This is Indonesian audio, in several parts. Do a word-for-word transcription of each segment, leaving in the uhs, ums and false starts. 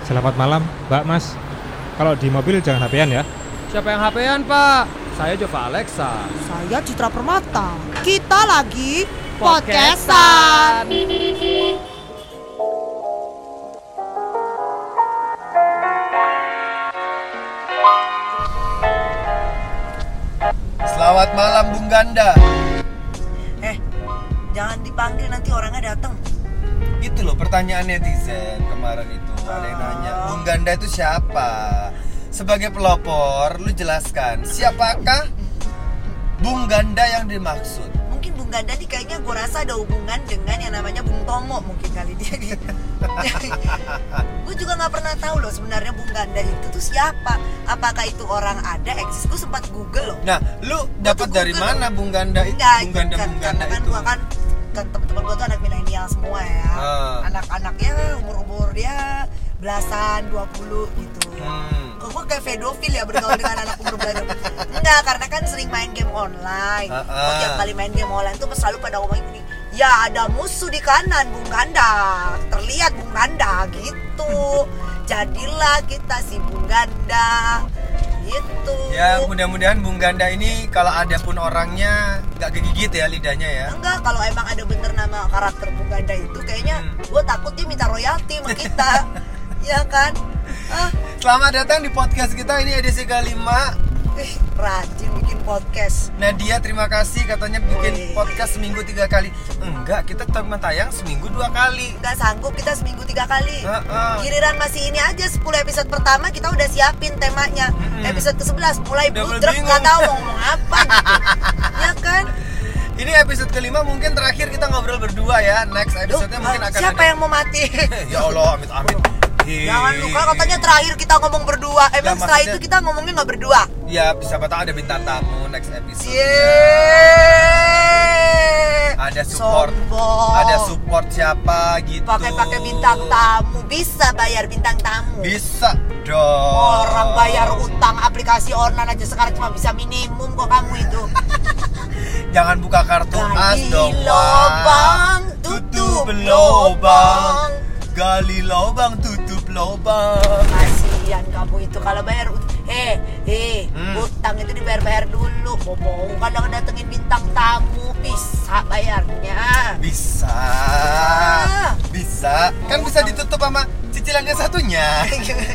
Selamat malam, Mbak Mas. Kalau di mobil jangan H P-an ya. Siapa yang H P-an, Pak? Saya Jova Alexa. Saya Citra Permata. Kita lagi Podcastan. Selamat malam Bung Ganda. Eh, jangan dipanggil nanti orangnya datang. Itu loh pertanyaan netizen kemarin itu. Ada yang nanya, Bung Ganda itu siapa? Sebagai pelopor, lu jelaskan siapakah Bung Ganda yang dimaksud? Mungkin Bung Ganda nih kayaknya gue rasa ada hubungan dengan yang namanya Bung Tomo mungkin kali dia. Gue juga nggak pernah tahu loh sebenarnya Bung Ganda itu tuh siapa. Apakah itu orang ada eksis? Gue sempat Google loh. Nah, lu dapat dari mana Bung Ganda itu? Enggak, Bung Ganda kan, Bung Ganda kan itu. Gua kan kan teman-teman gue tuh anak milenial semua ya. Ah. Anak-anaknya umur-umur dia belasan, dua puluh gitu. Hmm. Kok gue kayak pedofil ya bergaul dengan anak umur belasan? Enggak, karena kan sering main game online. Ah, ah. Oh, tiap kali main game online tuh selalu pada ngomong gini, ya ada musuh di kanan Bung Ganda, terlihat Bung Ganda gitu. Jadilah kita si Bung Ganda gitu. Ya, mudah-mudahan Bung Ganda ini kalau ada pun orangnya nggak kegigit ya lidahnya ya. Enggak, kalau emang ada bener nama karakter Bung Ganda itu kayaknya Hmm. gue takut dia minta royalti sama kita. Ya kan? Ah, Selamat datang di podcast kita, ini edisi kelima. eh, rajin bikin podcast. Nadia terima kasih katanya bikin Wih. podcast seminggu tiga kali. Enggak, kita cuma tayang seminggu dua kali. Nggak sanggup kita seminggu tiga kali. Heeh. Giliran masih ini aja sepuluh episode pertama kita udah siapin temanya. Mm-mm. Episode ke sebelas mulai Udah mulai budrek bingung. nggak tahu mau ngomong apa gitu. Ya kan? Ini episode kelima, mungkin terakhir kita ngobrol berdua ya. Next Duh, episode-nya mungkin ah, akan siapa ada. yang mau mati? Ya Allah, amit amit. Jangan lupa katanya terakhir kita ngomong berdua. Emang Lah, setelah maksudnya- itu kita ngomongnya nggak berdua. Ya, siapa tahu ada bintang tamu next episode. Yeay. Ada support. Sombong. Ada support siapa gitu. Pakai-pakai bintang tamu, bisa bayar bintang tamu. Bisa dong. Orang bayar utang aplikasi online aja sekarang cuma bisa minimum kok kamu itu. Jangan buka kartu as Gali dong. lobang, Wak. tutup lobang. Gali lobang, tutup lobang. Kasihan kamu itu kalau bayar ut- eh eh Hmm. utang itu dibayar-bayar dulu. Bohong kalau datengin bintang tamu bisa bayarnya. Bisa. Bisa. Kan bisa ditutup sama cicilannya satunya.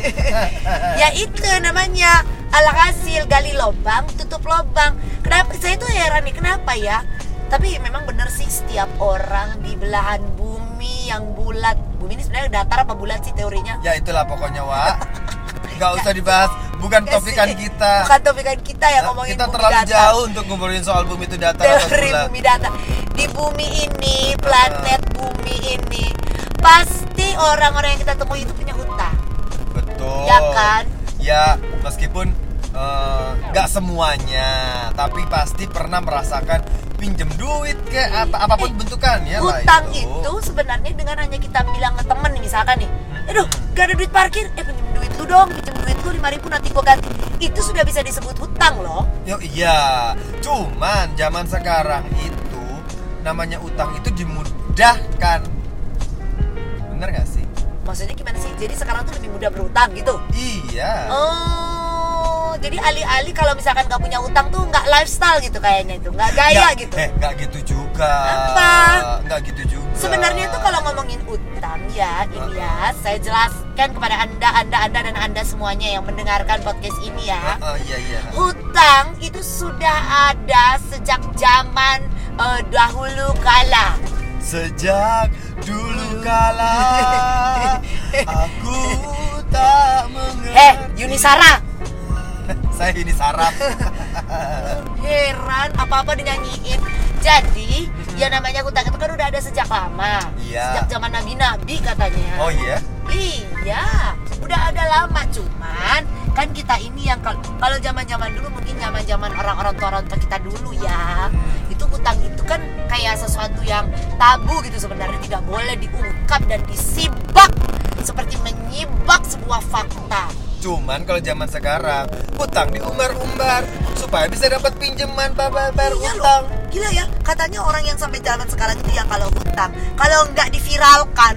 Ya itu namanya ala hasil gali lobang tutup lobang. Kenapa saya tuh heran nih kenapa ya? Tapi memang bener sih setiap orang di belahan bumi yang bulat. Bumi ini sebenarnya datar apa bulat sih teorinya? Ya itulah pokoknya, Wak. Gak usah dibahas. Bukan topikan kita. Bukan topikan kita yang ngomongin Kita bumi terlalu datar. jauh untuk ngobrolin soal bumi itu datar atau Teori bulat. bumi datar. Di bumi ini, planet bumi ini, pasti orang-orang yang kita temui itu punya hutang. Betul. Ya kan? Ya, meskipun eh, nggak semuanya, tapi pasti pernah merasakan pinjem duit ke apa apapun Eh, bentukannya lah Hutang itu. itu sebenarnya dengan hanya kita bilang ke temen nih misalkan nih, aduh gak ada duit parkir, eh pinjem duit lu dong, pinjem duit lu lima ribu nanti gua ganti. Itu sudah bisa disebut hutang loh. Yo iya, cuman zaman sekarang itu namanya utang itu dimudahkan. Bener gak sih? Maksudnya gimana sih? Jadi sekarang tuh lebih mudah berhutang gitu? Iya. Oh, jadi alih-alih kalau misalkan gak punya utang tuh nggak lifestyle gitu kayaknya itu, nggak gaya Ya, gitu. Eh, nggak gitu juga. Apa? Nggak gitu juga. Sebenarnya tuh kalau ngomongin utang ya, Ilyas, saya jelaskan kepada anda, anda, anda dan anda semuanya yang mendengarkan podcast ini ya. Oh iya iya. Hutang itu sudah ada sejak zaman eh, dahulu kala. Sejak dulu kala aku tak mengerti. Eh, Yunisara, Saya ini sarap. heran apa-apa dinyanyiin. Jadi, yang namanya hutang itu kan udah ada sejak lama. Iya. Sejak zaman nabi-nabi katanya. Oh iya. Iya, udah ada lama, cuman kan kita ini yang kal- kalau zaman-zaman dulu mungkin zaman-zaman orang-orang tua orang tua kita dulu ya. Itu hutang itu kan kayak sesuatu yang tabu gitu sebenarnya, tidak boleh diungkap dan disibak seperti menyibak sebuah fakta. Cuman kalau zaman sekarang hutang diumbar-umbar supaya bisa dapat pinjaman bayar Iya hutang. loh, gila ya. Katanya orang yang sampai zaman sekarang itu yang kalau hutang, kalau nggak diviralkan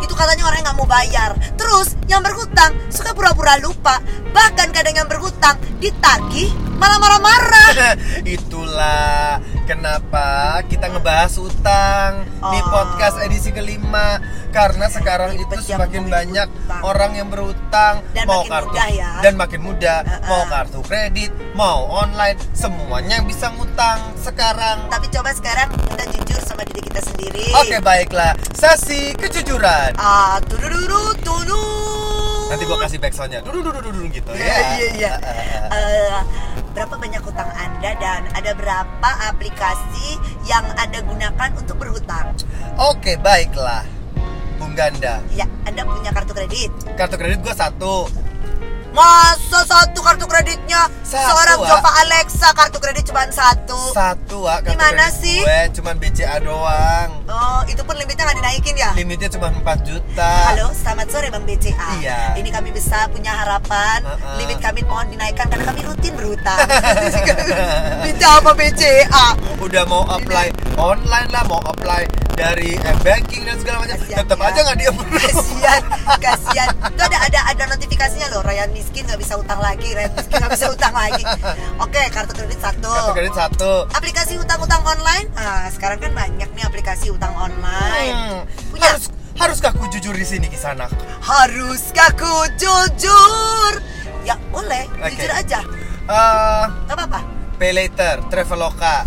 itu katanya orang yang nggak mau bayar. Terus yang berhutang suka pura-pura lupa. Bahkan kadang yang berhutang ditagih malah marah-marah. Itulah kenapa kita ngebahas utang di Oh. podcast edisi kelima. Karena sekarang Ribet itu yang semakin ngomongin banyak utang. orang yang berutang, Dan mau makin kartu mudah ya. dan makin mudah, Uh-uh. mau kartu kredit, mau online, semuanya bisa ngutang sekarang. Tapi coba sekarang kita jujur sama diri kita sendiri. Oke, baiklah. Sesi kejujuran. Ah, tudururu tunu. Nanti gua kasih backsoundnya dulu dulu dulu gitu ya. Iya iya iya. Eh, berapa banyak hutang Anda dan ada berapa aplikasi yang Anda gunakan untuk berhutang? Oke, baiklah. Bung Ganda, Ya, Anda punya kartu kredit. kartu kredit gua satu. Masa satu kartu kreditnya Satu, seorang Wak. Jova Alexa kartu kredit cuma satu. Satu, ah, kartu Gimana kredit sih? gue cuman B C A doang. Oh, itu pun limitnya nggak dinaikin ya? Limitnya cuma empat juta. Halo, selamat sore Bang B C A. Iya. Ini kami bisa punya harapan Uh-uh. limit kami mohon dinaikkan karena kami rutin berhutang. Minta apa B C A? Udah mau apply online lah, mau apply dari m-banking dan segala macam, Kasian tetap ya. aja nggak dia. Kasian, kasian. Itu ada ada ada notifikasinya loh. Rakyat miskin nggak bisa utang lagi, rakyat miskin nggak bisa utang lagi. Oke, kartu kredit satu. Kartu kredit satu. Aplikasi utang-utang online? Ah, sekarang kan banyak nih aplikasi utang online. Hmm, Punya. harus haruskah aku jujur di sini Kisana? Haruskah ku jujur? Ya boleh, Oke. jujur aja. Eh, Gak apa-apa. Pay Later, Traveloka.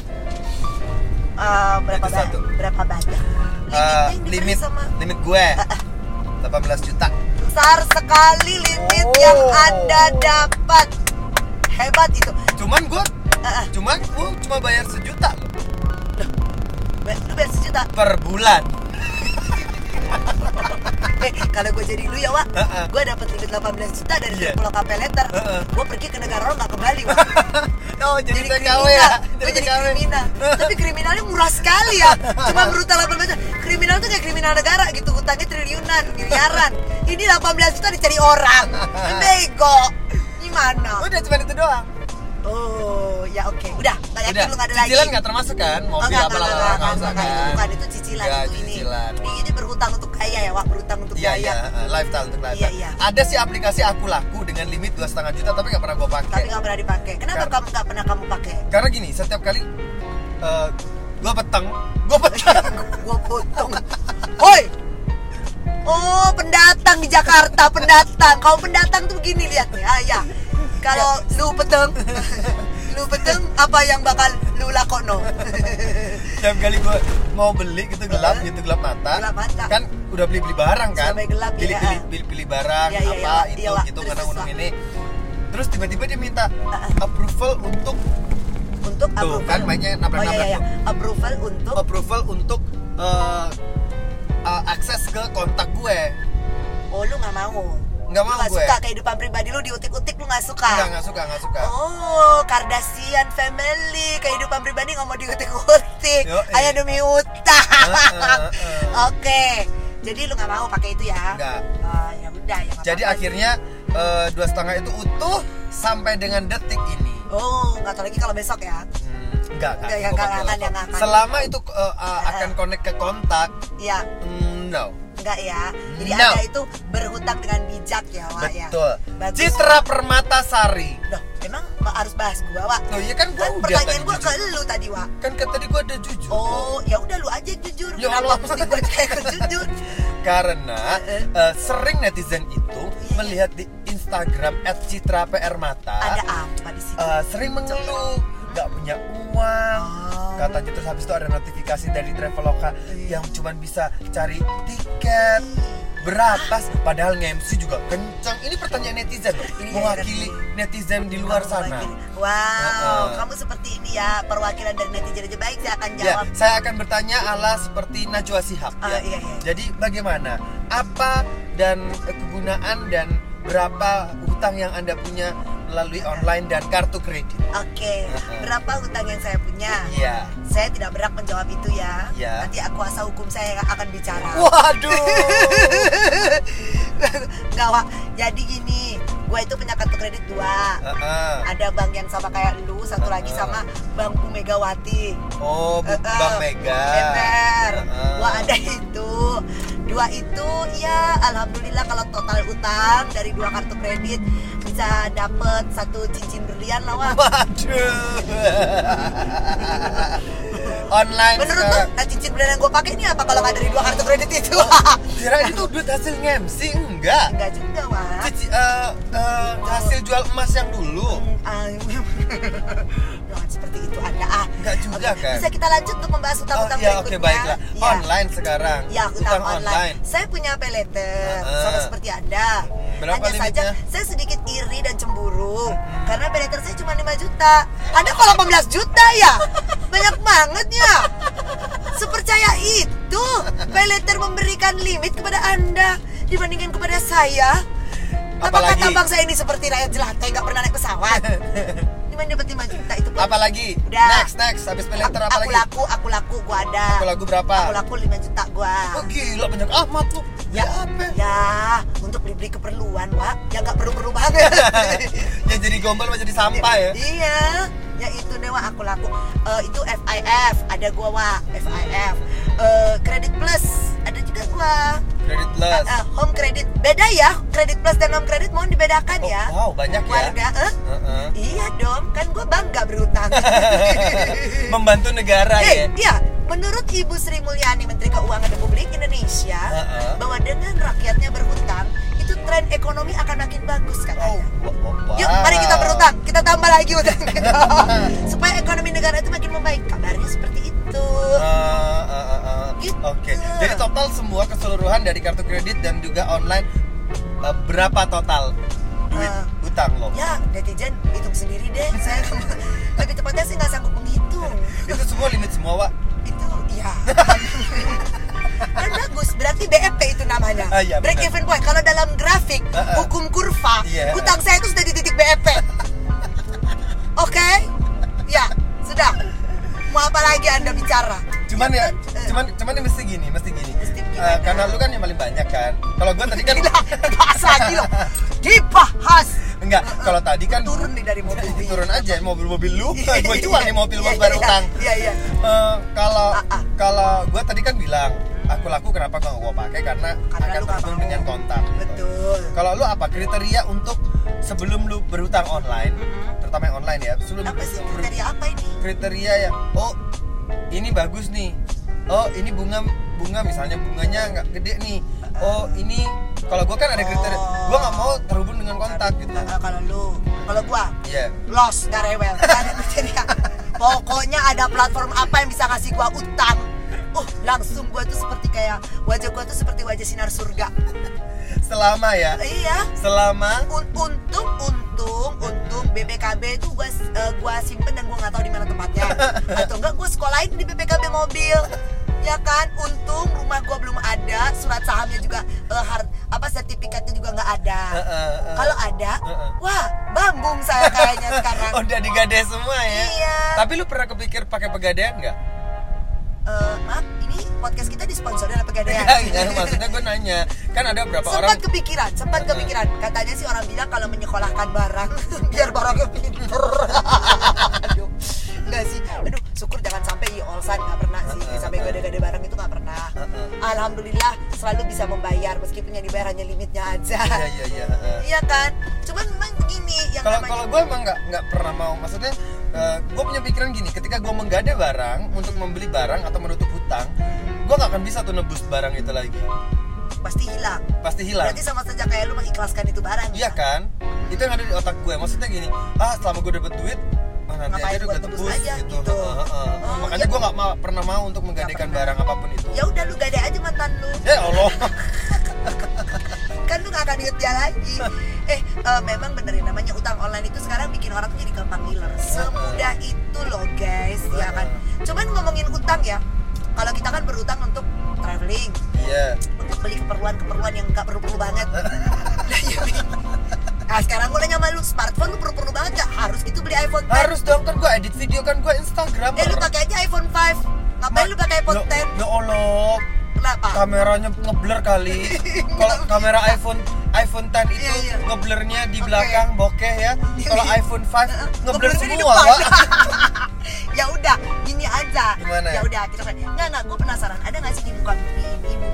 Eh, berapa Itu ba- satu. berapa banyak? Limitnya Eh, yang diberi limit sama limit gue delapan belas juta. besar sekali limit Oh. yang Anda dapat. Hebat itu. Cuman gue Eh, eh, cuman gue cuma bayar sejuta loh ba- lu bayar sejuta. per bulan. Eh, kalau gue jadi lu ya, Wak, Uh-uh. gue dapat limit delapan belas juta dari Iya. Pulau Kapeleter. Uh-uh. Gue pergi ke negara orang gak kembali, Wak. Oh, jadi, Jadi T K W kriminal, ya. gue jadi kriminal. Tapi kriminalnya murah sekali ya. Cuma berhutang delapan belas juta. Kriminal tuh kayak kriminal negara gitu, hutangnya triliunan, miliaran. Ini delapan belas juta dicari orang. Bego. Gimana? Udah cuma itu doang. Oh, ya oke. Udah, nggak yakin Udah. lu nggak ada lagi. Cicilan nggak termasuk kan? Oh, Mobil nggak, apa nggak, lah nggak, nggak nggak, usah nggak, itu kan? bukan, itu cicilan, Nggak, itu ini. cicilan. Ini, ini berhutang untuk kaya ya, Wak, berhutang untuk Iya kaya. iya, uh, lifestyle untuk lifestyle. Iya, iya. Ada sih aplikasi aku laku dengan limit dua setengah juta tapi nggak pernah gue Tapi pakai. nggak pernah dipakai. Kenapa Karena- kamu nggak pernah kamu pakai? Karena gini, setiap kali uh, gue peteng, gue peteng. Gua potong. Hoi. Oh, pendatang di Jakarta, pendatang. Kalau pendatang tuh begini lihat nih. Ah, ya. Kalau lu peteng, lu peteng apa yang bakal lu lakono? Setiap kali gue mau beli gitu gelap gitu gelap mata, Gelap mata. kan udah beli beli barang kan, Sampai gelap, pilih ya. pilih pilih pilih barang Iya, iya, apa iya, itu iya, Wak. gitu Terus, karena terus, untung Wak. ini, terus tiba-tiba dia minta Ah, approval untuk Untuk Tuh, approval. kan mainnya nabrak-nabrak Oh, iya, iya. tuh. Approval untuk approval untuk uh, uh, akses ke kontak gue. Oh, lu nggak mau. Nggak Lu mau nggak gue. suka kehidupan pribadi lu diutik-utik, lu nggak suka. Enggak, nggak suka, nggak suka. Oh, Kardashian family, kehidupan pribadi nggak mau diutik-utik. Yoi. Hanya demi utang. Uh, uh, uh. Oke, jadi lu nggak mau pakai itu ya? Nggak. Oh, ya udah ya. nggak Jadi apa-apa. akhirnya uh, dua setengah itu utuh sampai dengan detik ini. Oh, nggak tahu lagi kalau besok ya. Hmm, enggak, Nggak, ya, gua nggak pakai akan, laptop. ya, nggak akan. Selama itu uh, uh, akan connect ke kontak, Iya, mm, no. enggak ya. Jadi No. Anda itu berhutang dengan bijak ya, Wak ya. Betul. Bagus. Citra Permatasari. Loh, emang Wak harus bahas gua, Wak? Oh iya kan gua Kan udah pertanyaan tadi gua ke jujur. lu tadi, Wak. Kan ke tadi gua ada jujur. Oh, ya udah lu aja jujur. Ya Kenapa Allah. mesti gua kayak jujur? Karena uh, sering netizen itu Iya. melihat di Instagram et citra permata Ada apa di situ? uh, sering mengeluh nggak punya uang. Oh. Katanya terus habis itu ada notifikasi dari Traveloka Iya. yang cuman bisa cari tiket berapa sih? Padahal nge-M C juga kencang. Ini pertanyaan netizen loh, Ini mewakili heran. netizen di luar Kamu sana. wakil. Wow, Uh-uh. kamu seperti ini ya, perwakilan dari netizen aja. Baik, saya akan Ya, jawab. saya akan bertanya ala seperti Najwa Shihab Ah, ya. iya, iya. Jadi bagaimana? Apa dan eh, kegunaan dan berapa hutang yang Anda punya melalui online dan kartu kredit? Oke, Uh-uh. berapa hutang yang saya punya? Iya. Saya tidak berhak menjawab itu ya. Iya. Nanti kuasa hukum saya yang akan bicara. Waduh. Enggak, Wak. Jadi gini, gue itu punya kartu kredit dua. Heeh. Ada bank yang sama kayak lu, satu lagi Uh-uh. sama Bank Bu Megawati. Oh, Bu- Uh-uh. Bang Mega. Bener. Uh-uh. Gua ada itu. Dua itu ya alhamdulillah kalau total utang dari dua kartu kredit bisa dapet satu cincin berlian lah wah. Waduh. Online Menurut lu, sekarang. nah cincin berlian yang gue pakai ini apa kalau nggak dari dua kartu kredit itu? Kirain itu duit hasil nge-M C, enggak. Enggak juga wah. Cici, uh, uh, hasil jual emas yang dulu. Ah, jangan seperti itu Anda ah. Enggak juga Oke, kan? Bisa kita lanjut untuk membahas Oh utang-utang iya, berikutnya. oke baiklah. Iya. Online sekarang. Ya, utang, online. Saya punya pay letter, Uh-uh. sama seperti Anda. Berapa Hanya saja limitnya? saya sedikit iri dan cemburu karena pay letter saya cuma lima juta. Anda kok delapan belas juta ya? Banyak banget ya. Sepercaya itu pay letter memberikan limit kepada Anda dibandingkan kepada saya. Apakah Apalagi? tampang saya ini seperti rakyat jelata yang nggak pernah naik pesawat? Dimana dapat lima juta itu pun. Apalagi? Udah. Next, next. Habis pay letter apa aku lagi? laku, aku laku, gua ada. Aku lagu berapa? Aku laku lima juta gua. Oh gila, banyak amat lu. Ya apa? Ya, untuk beli-beli keperluan, Wak. Yang nggak perlu-perlu banget. Yang jadi gombal mau jadi sampah ya? Iya, ya itu deh, Wak. Aku laku. Eh, itu F I F, ada gua, Wak. F I F. Eh, Credit Plus, ada juga gua. Credit plus. Eh, eh, home credit, beda ya. Credit Plus dan home credit mohon dibedakan Oh, ya. wow, banyak ya. Warga, eh? Uh-uh. Iya dong, kan gua bangga berutang. Membantu negara Eh, ya. iya, menurut Ibu Sri Mulyani Menteri Keuangan Republik Indonesia, Uh-uh. bahwa dengan rakyatnya berhutang, itu tren ekonomi akan makin bagus Oh, katanya. wow, wow. Yuk, mari kita berhutang, kita tambah lagi utang kita supaya ekonomi negara itu makin membaik. Kabarnya seperti itu. Uh, uh, uh, uh. Gitu. Oke, jadi total semua keseluruhan dari kartu kredit dan juga online uh, berapa total duit Uh, utang lo? Ya, netizen hitung sendiri deh. Saya lebih tepatnya sih nggak sanggup menghitung. Itu semua limit semua, Wak. Itu ya. Kan bagus, berarti B F P itu namanya. Ah, iya, Break benar. even point. Kalau dalam grafik Uh-uh. hukum kurva, Iya. hutang saya itu sudah di titik B F P. Oke? Ya, sudah. Mau apa lagi Anda bicara? Cuman ya, Eh, cuman cuman ini mesti gini, mesti gini. Mesti Eh, gimana? karena lu kan yang paling banyak kan. Kalau gua tadi kan Gila, bahas lagi loh. Dibahas. enggak, kalau tadi kan Turun nih dari mobil. turun aja mobil-mobil lu. Gua jual nih mobil buat Iya, bayar iya, utang. Iya, iya. Eh, kalau Ah, ah. kalau gue tadi kan bilang aku laku kenapa gak gue pakai karena, Karena akan lu gak terhubung mau. dengan kontak. Betul. Kalau lu apa kriteria untuk sebelum lu berhutang online, terutama yang online ya, sebelum Apa sih ber- kriteria apa ini? kriteria yang oh ini bagus nih, oh ini bunga bunga misalnya bunganya nggak gede nih, oh ini kalau gue kan ada kriteria, Oh. gue nggak mau terhubung dengan kontak gitu. Nah, kalau lu, kalau gua Iya. lost, gak rewel, gak ada kriteria. Pokoknya ada platform apa yang bisa ngasih gua utang. Uh, langsung gua tuh seperti kayak wajah gua tuh seperti wajah sinar surga. Selama ya, Iya. selama Un- untung, untung, untung B P K B itu gua eh, gua simpen dan gua nggak tahu di mana tempatnya. Atau enggak gua sekolahin di B P K B mobil. Ya kan, untung rumah gua belum ada, surat sahamnya juga eh, hard, apa sertifikatnya juga nggak ada. Uh, uh, uh. Kalau ada, Uh-uh. wah bambung saya kayaknya sekarang. udah digadai semua ya. Iya. Tapi lu pernah kepikir pakai pegadaian nggak? Eh, maaf, ini podcast kita disponsori oleh Pegadaian. Enggak, maksudnya gue nanya. Kan ada beberapa Sempat orang kepikiran, sempat Uh-uh. kepikiran. Katanya sih orang bilang kalau menyekolahkan barang biar barangnya pinter. Aduh, enggak sih. Aduh, syukur jangan sampai i Olsan nggak pernah sih. Uh-uh. Sampai gede-gede barang itu nggak pernah. Uh-uh. Alhamdulillah selalu bisa membayar meskipun yang dibayar hanya limitnya aja. Iya iya iya. uh. Iya kan? Cuman memang begini yang Kalau namanya kalau gue emang nggak nggak pernah mau. Maksudnya gue punya pikiran gini. Ketika gue menggadai barang untuk membeli barang atau menutup hutang, gue nggak akan bisa tuh nebus barang itu lagi. pasti hilang. Pasti hilang. Berarti sama saja kayak lu mengikhlaskan itu barang. Iya kan? Itu yang ada di otak gue. Maksudnya gini, ah selama gue dapet duit, ah, nanti Ngapain aja gua gue tebus tebus aja, gitu. gitu. Heeh, heeh. Oh, Makanya iya. gue nggak mau- pernah mau untuk menggadaikan pernah. barang apapun itu. Ya udah lu gade aja mantan lu. Ya Allah. Kan lu gak akan inget dia lagi. Eh, eh, memang bener ya, namanya utang online itu sekarang bikin orang tuh jadi gampang ngiler. Semudah itu loh guys, ya kan. Cuman ngomongin utang ya, kalau kita kan berutang untuk traveling, Iya. untuk beli keperluan-keperluan yang gak perlu-perlu banget. Nah, iya, Bi. Nah sekarang gue nanya sama lu, smartphone lu perlu-perlu banget gak? Harus gitu beli iPhone ten. Harus dong, kan gue edit video, kan gue Instagram. Eh lu pakai aja iPhone five. Ngapain lu pakai iPhone Ya- ten? Ya Allah. Kenapa? Kameranya ngeblur kali. Kalau kamera iPhone iPhone ten itu Iya, iya. ngeblurnya di Oke. belakang bokeh ya. Kalau Iya. iPhone five ngeblur Ngeblurnya di semua, depan. Pak. Ya udah, gini aja. Gimana? Ya udah, kita nggak nggak. Gue penasaran, ada nggak sih di muka bumi ini bumi yang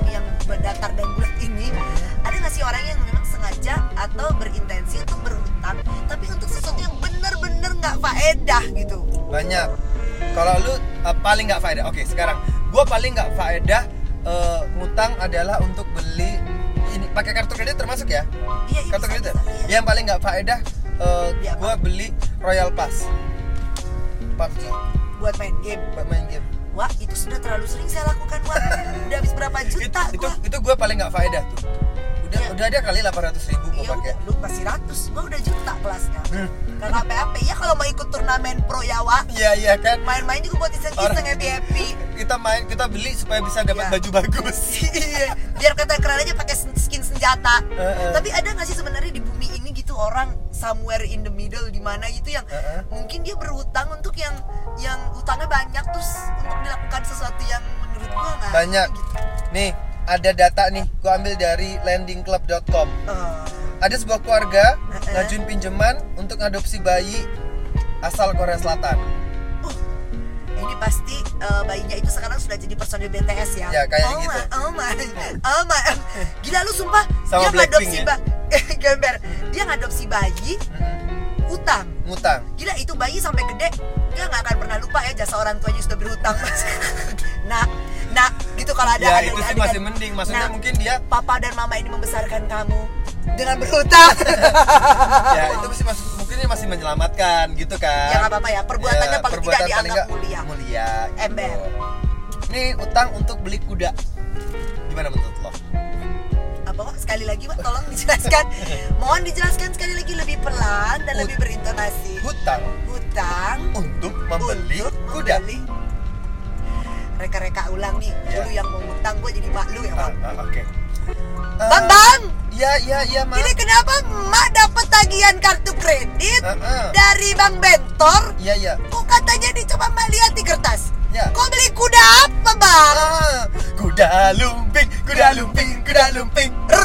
datar dan bulat ini, ada nggak sih orang yang memang sengaja atau berintensi untuk berhutang, tapi untuk sesuatu yang bener-bener nggak faedah gitu? Banyak. Kalau lu uh, paling nggak faedah. Oke, sekarang gua paling nggak faedah uh, ngutang adalah untuk beli ini pakai kartu kredit termasuk ya? Iya, iya, Kartu bisa, kredit. bisa, iya. Yang paling nggak faedah uh, Iya, gua beli Royal Pass. P U B G Buat main game. buat main game. Wah, itu sudah terlalu sering saya lakukan, Wah. Udah habis berapa Itu juta itu gua. itu gua paling nggak faedah tuh. Udah Iya. udah ada kali delapan ratus ribu gua Iya, pakai. lu masih ratus, gua udah juta kelasnya. Hmm. Karena P H P ya kalau mau ikut turnamen pro ya, Wak. Iya iya kan. Main-main juga buat iseng-iseng, Orang- happy-happy. Kita main, kita beli supaya bisa dapat Iya. baju bagus. Iya, biar kata keren aja pakai skin senjata. Heeh. Tapi ada nggak sih sebenarnya di bumi ini gitu orang somewhere in the middle di mana gitu yang Heeh. mungkin dia berhutang untuk yang yang utangnya banyak terus untuk dilakukan sesuatu yang menurut gua nggak Banyak. gitu. Nih, ada data nih, gua ambil dari lending club dot com. Eh, Ada sebuah keluarga Heeh. ngajuin pinjaman untuk ngadopsi bayi asal Korea Selatan. uh, ini pasti eh, bayinya itu sekarang sudah jadi personil B T S ya. Ya, kayak oh gitu. My, oh my, oh my. Gila lu sumpah, Sama dia Blackpink ngadopsi ya? bayi. Gambar, dia ngadopsi bayi Mm-mm. utang. Ngutang. Gila itu bayi sampai gede dia nggak akan pernah lupa ya jasa orang tuanya sudah berhutang. Nah, nah gitu kalau ada Ya ada- itu sih ada- masih mending. Maksudnya Nah, mungkin dia papa dan mama ini membesarkan kamu dengan berhutang. ya itu sih masih mungkin dia masih menyelamatkan gitu kan. Ya nggak apa-apa ya, perbuatannya Ya, paling perbuatan tidak paling dianggap nggak mulia. Mulia. gitu. Ember. Nih utang untuk beli kuda. Gimana menurut lo? Apa Wak? Sekali lagi Wak, tolong dijelaskan. Mohon dijelaskan sekali lagi lebih pelan dan Ut- lebih berintonasi. Hutang Hutang untuk membeli untuk kuda. membeli. Reka-reka ulang nih, Ya. dulu yang mau ngutang gue jadi mak lu ya Ah, Wak. ah, Oke. Bang Bang, Iya iya iya Mak. ini kenapa emak dapat tagihan kartu kredit Ah, ah. dari Bang Bentor? Iya iya. Kok katanya nih coba mbak lihat di kertas. Ya. Kok beli kuda apa Bang? Ah, kuda lumping, kuda lumping, kuda lumping,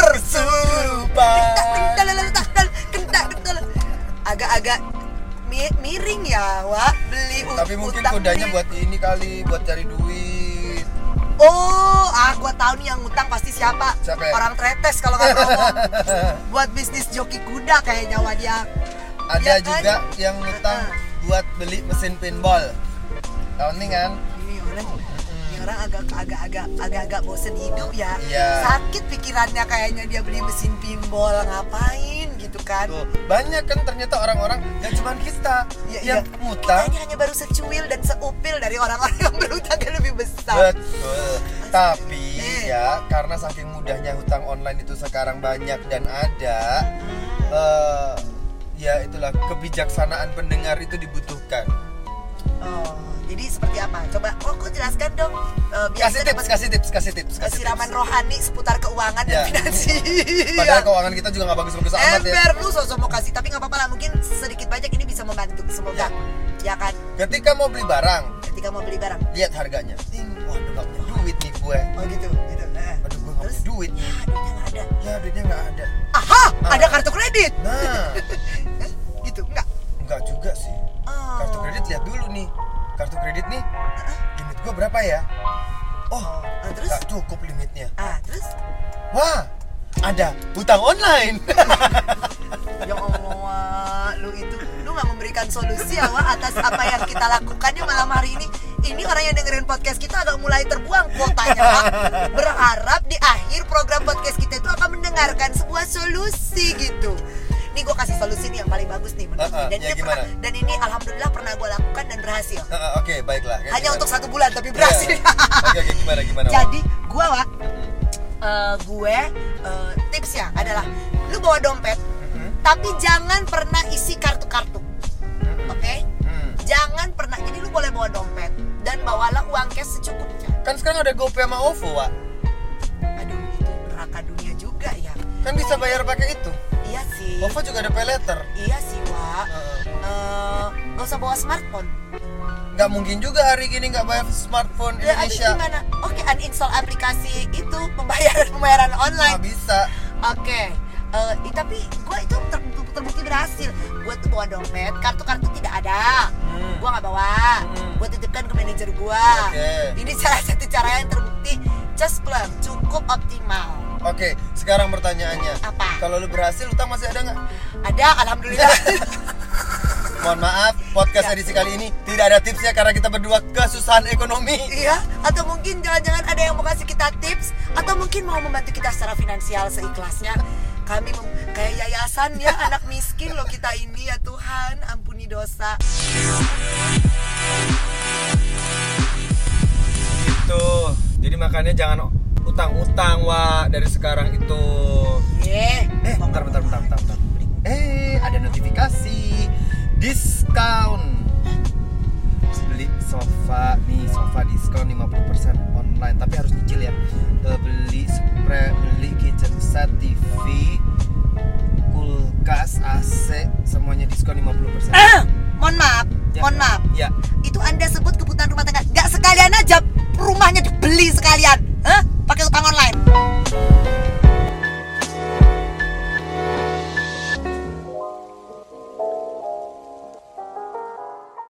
bersurupan. Kental, agak-agak mi- miring ya, Wak. Beli ut- Tapi mungkin utang kudanya nih. buat ini kali, buat cari duit. Oh, ah gua tahu nih yang ngutang pasti siapa? Siapa ya? Orang tretes kalau nggak ngomong. Buat bisnis joki kuda kayaknya Wak dia. Ada Iya kan? juga yang ngutang Uh-uh. buat beli mesin pinball. Tahu nih kan? Ini orang, ini orang agak agak agak agak agak bosen hidup ya. Iya. Sakit pikirannya kayaknya dia beli mesin pinball ngapain gitu kan? Tuh, banyak kan ternyata orang-orang gak cuma kita Iya, yang iya. ngutang. Kita ini hanya baru secuil dan seupil dari orang-orang yang berhutang yang lebih besar. Betul. Tapi Eh. ya karena saking mudahnya hutang online itu sekarang banyak dan ada, eh, ya itulah kebijaksanaan pendengar itu dibutuhkan. Oh, jadi seperti apa? Coba, oh, kok jelaskan dong. Eh, biar Kasih kita tips, dapat kasih tips, kasih tips, kasih siraman tips. rohani seputar keuangan dan Ya. finansial. Padahal keuangan kita juga nggak bagus-bagus amat ya. Ember lu sosok mau kasih, tapi nggak apa-apa lah. Mungkin sedikit banyak ini bisa membantu. Semoga, ya kan? Ketika mau beli barang, Ketika mau beli barang. lihat harganya. Ting, waduh nggak punya duit nih gue. Oh gitu, gitu. Nah. Waduh gue nggak Terus? punya duit. Ya, duitnya nggak ada. Ya duitnya nggak ada. Aha, Ah. ada kartu kredit. Nah, Hah? Gitu, enggak? nggak juga sih. Oh. Kartu kredit lihat dulu nih. Kartu kredit nih, limit gue berapa ya? Oh, Oh, ah, terus? nggak cukup limitnya. Ah, terus? Wah, ada hutang online. Ya Allah, lu itu lu nggak memberikan solusi ya Wak atas apa yang kita lakukan ya malam hari ini. Ini orang yang dengerin podcast kita agak mulai terbuang kuotanya Wak. Berharap di akhir program podcast kita itu akan mendengarkan sebuah solusi gitu. Nih gue kasih solusi nih yang paling bagus nih menurut Uh-uh, gue. Dan ya ini pernah, gimana? dan ini alhamdulillah pernah gue lakukan dan berhasil. Heeh, Oke, baiklah. Kayak Hanya gimana? untuk satu bulan tapi berhasil. Iya. Oke, oke, gimana gimana? Wak? Jadi gue Wak, eh, gue eh, tipsnya adalah lu bawa dompet, Mm-mm. tapi jangan pernah isi kartu-kartu. Mm-mm. Oke? Hmm. Jangan pernah. Jadi lu boleh bawa dompet dan bawalah uang cash secukupnya. Kan sekarang ada GoPay sama OVO, Wak. Aduh, itu neraka dunia juga ya. Kan bisa bayar pakai itu. Iya sih. OVO juga ada pay later. Iya sih, Wak. Heeh. Eh, gak usah bawa smartphone. Nggak mungkin juga hari gini nggak bayar smartphone Ya, abis Indonesia. gimana? Oke, uninstall aplikasi itu pembayaran pembayaran online. Nggak bisa. Oke, eh, i- tapi gue itu ter- terbukti berhasil. Gue tuh bawa dompet, kartu-kartu tidak ada. Hmm. Gue nggak bawa. Hmm. Gue titipkan ke manajer gue. Oke. Ini salah satu cara yang terbukti just belum cukup optimal. Oke, sekarang pertanyaannya. Apa? Kalau lu berhasil, utang masih ada nggak? Ada, alhamdulillah. Mohon maaf, podcast Ya. edisi kali ini tidak ada tipsnya karena kita berdua kesusahan ekonomi. Iya, atau mungkin jangan-jangan ada yang mau kasih kita tips, atau mungkin mau membantu kita secara finansial seikhlasnya. Kami mem- kayak yayasan ya, anak miskin loh kita ini ya Tuhan, ampuni dosa. Gitu. Jadi makanya jangan utang-utang, Wak, dari sekarang itu. Ye, Eh, bentar, bentar, bentar, bentar, bentar. Eh, ada notifikasi diskon. Beli sofa nih, sofa diskon lima puluh persen online, tapi harus nyicil ya. Eh, beli spray, beli kitchen set, T V, kulkas, A C, semuanya diskon lima puluh persen. Ah, mohon maaf, Ya. mohon maaf. Ya. Itu Anda sebut kebutuhan rumah tangga, nggak sekalian aja rumahnya dibeli sekalian.